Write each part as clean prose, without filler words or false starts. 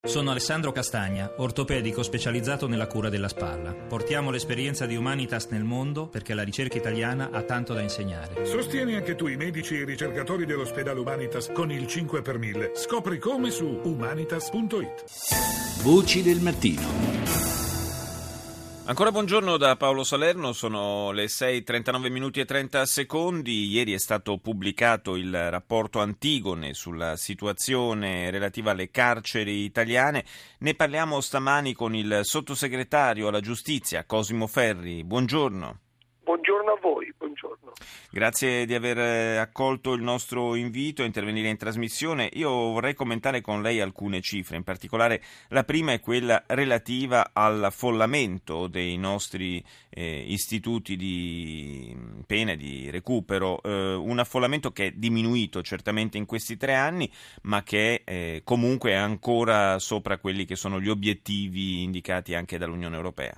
Sono Alessandro Castagna, ortopedico specializzato nella cura della spalla. Portiamo l'esperienza di Humanitas nel mondo perché la ricerca italiana ha tanto da insegnare. Sostieni anche tu i medici e i ricercatori dell'ospedale Humanitas con il 5 per 1000. Scopri come su humanitas.it. Voci del mattino. Ancora buongiorno da Paolo Salerno, sono le 6:39 minuti e 30 secondi. Ieri è stato pubblicato il rapporto Antigone sulla situazione relativa alle carceri italiane. Ne parliamo stamani con il sottosegretario alla giustizia, Cosimo Ferri. Buongiorno. Buongiorno a voi, buongiorno. Grazie di aver accolto il nostro invito a intervenire in trasmissione. Io vorrei commentare con lei alcune cifre, in particolare la prima è quella relativa all'affollamento dei nostri istituti di pena e di recupero, un affollamento che è diminuito certamente in questi 3 anni, ma che comunque è ancora sopra quelli che sono gli obiettivi indicati anche dall'Unione Europea.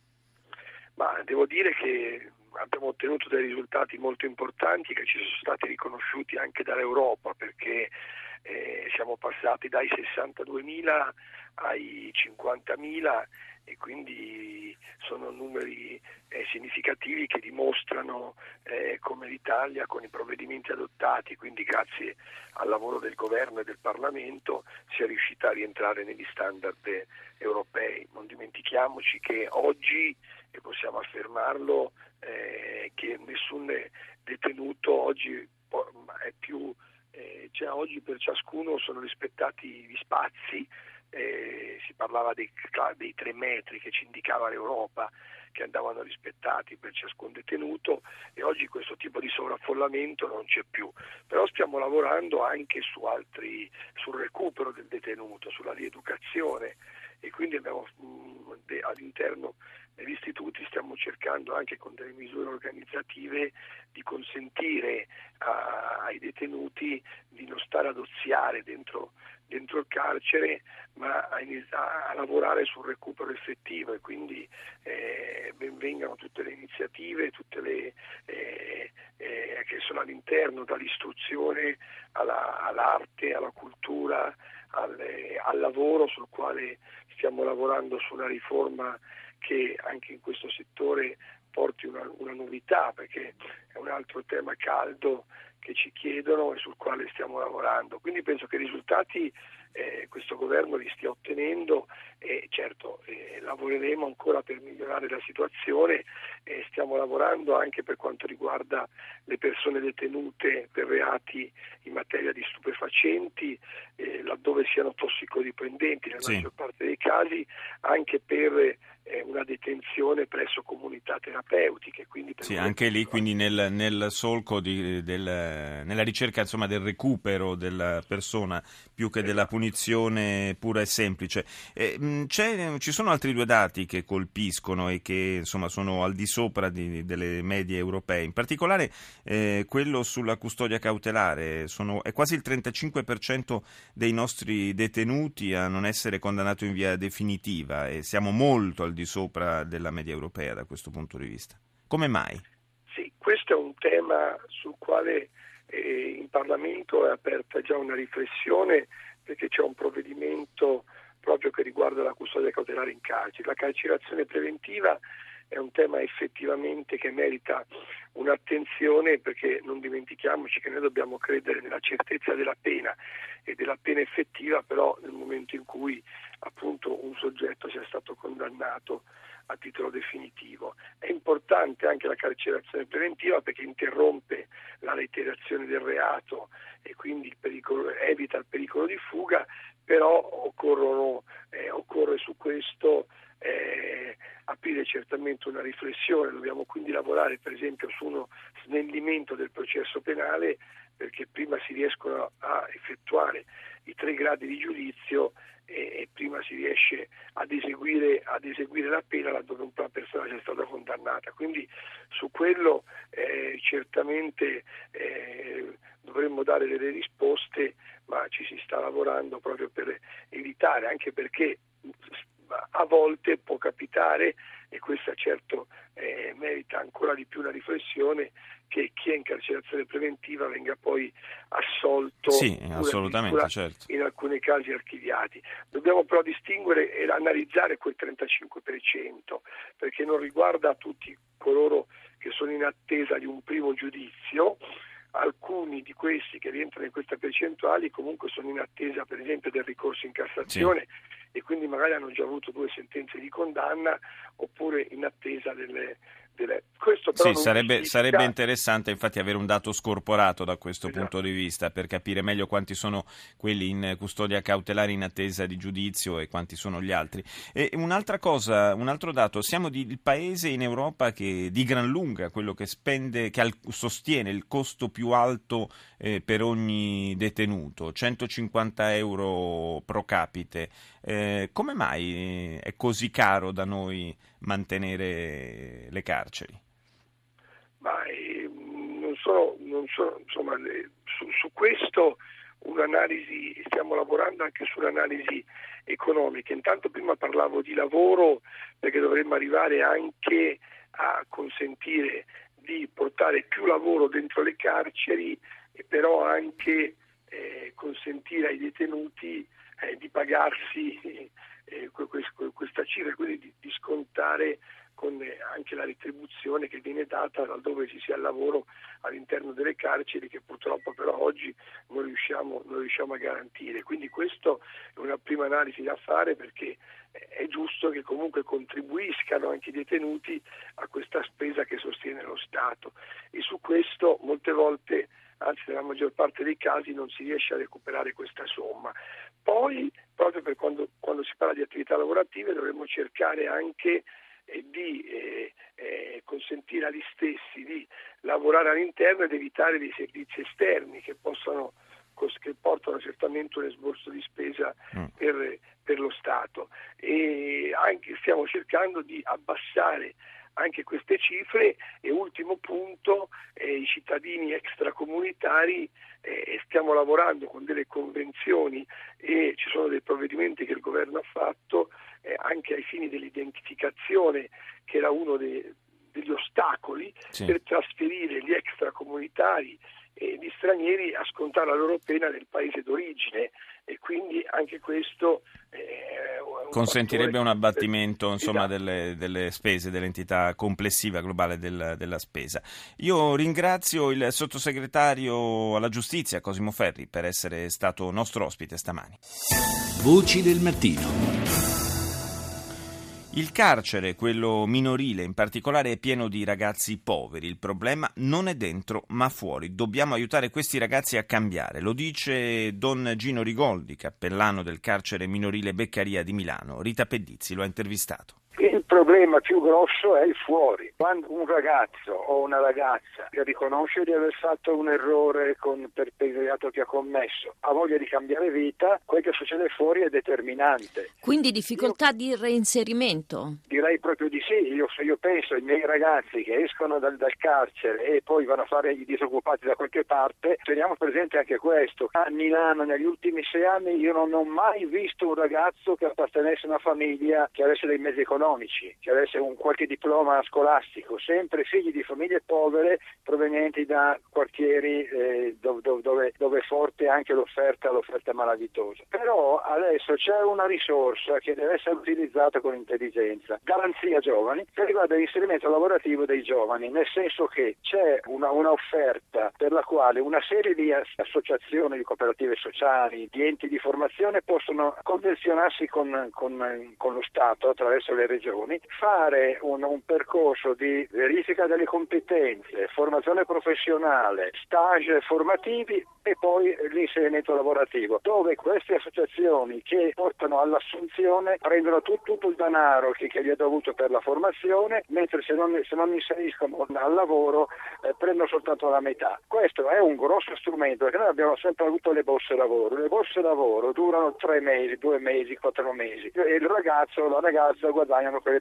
Ma devo dire che abbiamo ottenuto dei risultati molto importanti che ci sono stati riconosciuti anche dall'Europa, perché siamo passati dai 62.000 ai 50.000 e quindi sono numeri significativi che dimostrano come l'Italia con i provvedimenti adottati, quindi grazie al lavoro del governo e del Parlamento, sia riuscita a rientrare negli standard europei. Non dimentichiamoci che oggi, e possiamo affermarlo, che nessun detenuto oggi è più, oggi per ciascuno sono rispettati gli spazi. Si parlava dei 3 metri che ci indicava l'Europa, che andavano rispettati per ciascun detenuto, e oggi questo tipo di sovraffollamento non c'è più. Però stiamo lavorando anche sul recupero del detenuto, sulla rieducazione, e quindi abbiamo all'interno degli istituti stiamo cercando anche con delle misure organizzative di consentire ai detenuti di non stare ad oziare dentro il carcere, ma a lavorare sul recupero effettivo, e quindi ben vengano tutte le iniziative, tutte le che sono all'interno, dall'istruzione all'arte, alla cultura, al lavoro, sul quale stiamo lavorando su una riforma che anche in questo settore porti una novità, perché è un altro tema caldo che ci chiedono e sul quale stiamo lavorando. Quindi penso che i risultati questo governo li stia ottenendo, e certo lavoreremo ancora per migliorare la situazione, e stiamo lavorando anche per quanto riguarda le persone detenute per reati in materia di stupefacenti, laddove siano tossicodipendenti nella maggior parte dei casi, anche per una detenzione presso comunità terapeutiche. Quindi sì, anche lì quindi nel solco nella ricerca, insomma, del recupero della persona più che della punizione pura e semplice. Ci sono altri 2 dati che colpiscono e che insomma sono al di sopra delle medie europee, in particolare quello sulla custodia cautelare. È quasi il 35% dei nostri detenuti a non essere condannato in via definitiva, e siamo molto al di sopra della media europea da questo punto di vista. Come mai? Sì, questo è un tema sul quale in Parlamento è aperta già una riflessione, perché c'è un provvedimento proprio che riguarda la custodia cautelare in carcere. La carcerazione preventiva è un tema effettivamente che merita un'attenzione, perché non dimentichiamoci che noi dobbiamo credere nella certezza della pena e della pena effettiva, però nel momento in cui appunto un soggetto sia stato condannato a titolo definitivo. È importante anche la carcerazione preventiva, perché interrompe la reiterazione del reato e quindi evita il pericolo di fuga, però occorre su questo aprire certamente una riflessione. Dobbiamo quindi lavorare per esempio su uno snellimento del processo penale, perché prima si riescono a effettuare i 3 gradi di giudizio e prima si riesce ad eseguire la pena laddove una persona sia stata condannata. Quindi su quello certamente dovremmo dare delle risposte, ma ci si sta lavorando proprio per evitare, anche perché a volte può capitare e questa certo merita ancora di più una riflessione, che chi è in carcerazione preventiva venga poi assolto, sì, assolutamente, certo. in alcuni casi archiviati. Dobbiamo però distinguere e analizzare quel 35%, perché non riguarda tutti coloro che sono in attesa di un primo giudizio. Alcuni di questi che rientrano in queste percentuali comunque sono in attesa, per esempio, del ricorso in Cassazione, sì, e quindi magari hanno già avuto 2 sentenze di condanna, oppure in attesa delle... Questo però sì, sarebbe interessante infatti avere un dato scorporato da questo punto di vista, per capire meglio quanti sono quelli in custodia cautelare in attesa di giudizio e quanti sono gli altri. E un'altra cosa, un altro dato: siamo il paese in Europa che di gran lunga quello che spende, sostiene il costo più alto per ogni detenuto, 150 euro pro capite. Come mai è così caro da noi mantenere le carceri? Ma non so, insomma, su questo un'analisi, stiamo lavorando anche sull'analisi economica. Intanto prima parlavo di lavoro, perché dovremmo arrivare anche a consentire di portare più lavoro dentro le carceri, e però anche consentire ai detenuti di pagarsi questa cifra, quindi di scontare con anche la retribuzione che viene data laddove ci sia il lavoro all'interno delle carceri, che purtroppo però oggi non riusciamo a garantire. Quindi questo è una prima analisi da fare, perché è giusto che comunque contribuiscano anche i detenuti a questa spesa che sostiene lo Stato, e su questo molte volte, anzi nella maggior parte dei casi, non si riesce a recuperare questa somma. Poi, proprio per quando si parla di attività lavorative, dovremmo cercare anche di consentire agli stessi di lavorare all'interno ed evitare dei servizi esterni che portano certamente un esborso di spesa per lo Stato, e anche stiamo cercando di abbassare anche queste cifre. E ultimo punto, i cittadini extracomunitari, stiamo lavorando con delle convenzioni e ci sono dei provvedimenti che il governo ha fatto anche ai fini dell'identificazione, che era uno degli ostacoli, sì, per trasferire gli extracomunitari e gli stranieri a scontare la loro pena nel paese d'origine, e quindi anche questo consentirebbe un abbattimento, insomma, delle spese, dell'entità complessiva globale della spesa. Io ringrazio il sottosegretario alla giustizia Cosimo Ferri per essere stato nostro ospite stamani. Voci del mattino. Il carcere, quello minorile in particolare, è pieno di ragazzi poveri. Il problema non è dentro ma fuori. Dobbiamo aiutare questi ragazzi a cambiare. Lo dice Don Gino Rigoldi, cappellano del carcere minorile Beccaria di Milano. Rita Pedizzi lo ha intervistato. Il problema più grosso è il fuori. Quando un ragazzo o una ragazza riconosce di aver fatto un errore per il reato che ha commesso, ha voglia di cambiare vita, quel che succede fuori è determinante. Quindi difficoltà di reinserimento? Direi proprio di sì. Io penso ai miei ragazzi che escono dal carcere e poi vanno a fare i disoccupati da qualche parte. Teniamo presente anche questo. A Milano negli ultimi 6 anni io non ho mai visto un ragazzo che appartenesse a una famiglia che avesse dei mezzi economici, che avesse qualche diploma scolastico, sempre figli di famiglie povere provenienti da quartieri dove è forte anche l'offerta malavitosa. Però adesso c'è una risorsa che deve essere utilizzata con intelligenza, Garanzia Giovani, che riguarda l'inserimento lavorativo dei giovani, nel senso che c'è una offerta per la quale una serie di associazioni, di cooperative sociali, di enti di formazione possono convenzionarsi con lo Stato attraverso le regioni, fare un percorso di verifica delle competenze, formazione professionale, stage formativi e poi l'inserimento lavorativo, dove queste associazioni che portano all'assunzione prendono tutto il denaro che gli è dovuto per la formazione, mentre se non inseriscono al lavoro prendono soltanto la metà. Questo è un grosso strumento, perché noi abbiamo sempre avuto le borse lavoro. Le borse lavoro durano 3 mesi, 2 mesi, 4 mesi, e il ragazzo o la ragazza guadagnano quelle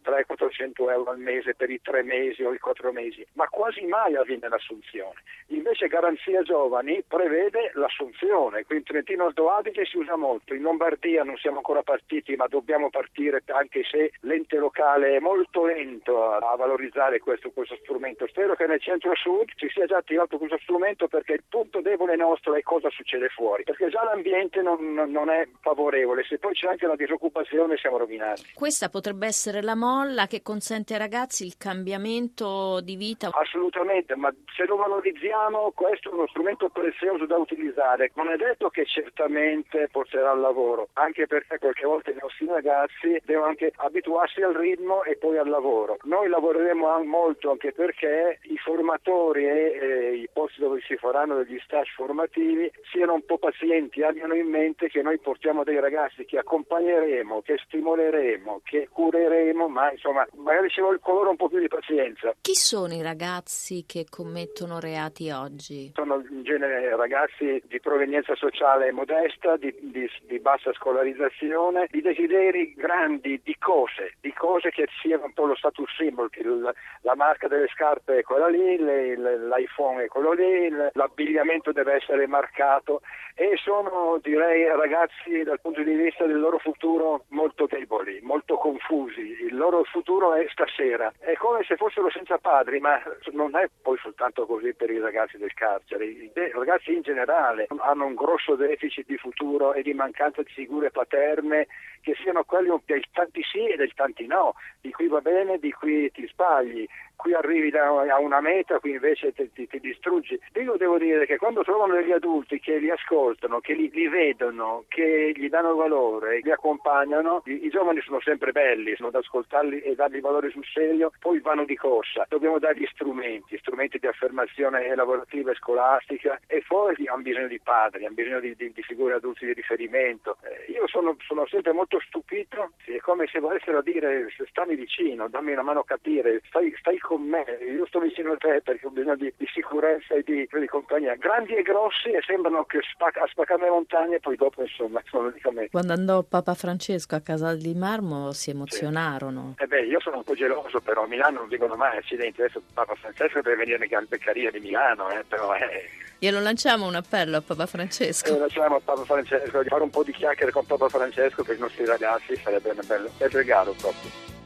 300-400 euro al mese per i 3 mesi o i 4 mesi, ma quasi mai avviene l'assunzione. Invece Garanzia Giovani prevede l'assunzione, qui in Trentino Alto Adige si usa molto, in Lombardia non siamo ancora partiti, ma dobbiamo partire, anche se l'ente locale è molto lento a valorizzare questo strumento. Spero che nel centro-sud ci sia già attivato questo strumento, perché il punto debole nostro è cosa succede fuori, perché già l'ambiente non è favorevole, se poi c'è anche la disoccupazione siamo rovinati. Questa potrebbe essere la molla che consente ai ragazzi il cambiamento di vita? Assolutamente, ma se lo valorizziamo questo è uno strumento prezioso da utilizzare. Non è detto che certamente porterà al lavoro, anche perché qualche volta i nostri ragazzi devono anche abituarsi al ritmo e poi al lavoro. Noi lavoreremo molto anche perché i formatori e i posti dove si faranno degli stage formativi siano un po' pazienti, abbiano in mente che noi portiamo dei ragazzi che accompagneremo, che stimoleremo, che cureremo, ma insomma magari ci vuole colore un po' più di pazienza. Chi sono i ragazzi che commettono reati oggi? Sono in genere ragazzi di provenienza sociale modesta, di bassa scolarizzazione, di desideri grandi, di cose che siano un po' lo status symbol, che la marca delle scarpe è quella lì, l'iPhone è quello lì, l'abbigliamento deve essere marcato, e sono, direi, ragazzi dal punto di vista del loro futuro molto deboli, molto confusi. Il loro futuro è stasera, è come se fossero senza padri, ma non è poi soltanto così per i ragazzi del carcere. I ragazzi in generale hanno un grosso deficit di futuro e di mancanza di figure paterne che siano quelli del tanti sì e del tanti no, di cui va bene, di cui ti sbagli, qui arrivi a una meta, qui invece ti distruggi. Io devo dire che quando trovano degli adulti che li ascoltano, che li vedono, che gli danno valore, li accompagnano, i giovani sono sempre belli, sono da ascoltarli e dargli valore sul serio, poi vanno di corsa. Dobbiamo dargli strumenti di affermazione lavorativa e scolastica, e poi hanno bisogno di padri, hanno bisogno di figure adulti di riferimento. Io sono sempre molto stupito, è come se volessero dire: stammi vicino, dammi una mano a capire, stai con me, io sto vicino a te perché ho bisogno di sicurezza e di compagnia. Grandi e grossi e sembrano che a spaccare le montagne, poi dopo insomma sono lì con me. Quando andò Papa Francesco a Casal di Marmo si emozionarono. Sì. Io sono un po' geloso, però a Milano non dicono mai accidenti, adesso Papa Francesco deve venire anche al Beccaria di Milano, però Glielo lanciamo un appello a Papa Francesco. Lanciamo a Papa Francesco di fare un po' di chiacchiere con Papa Francesco per i nostri ragazzi, sarebbe un bel regalo proprio.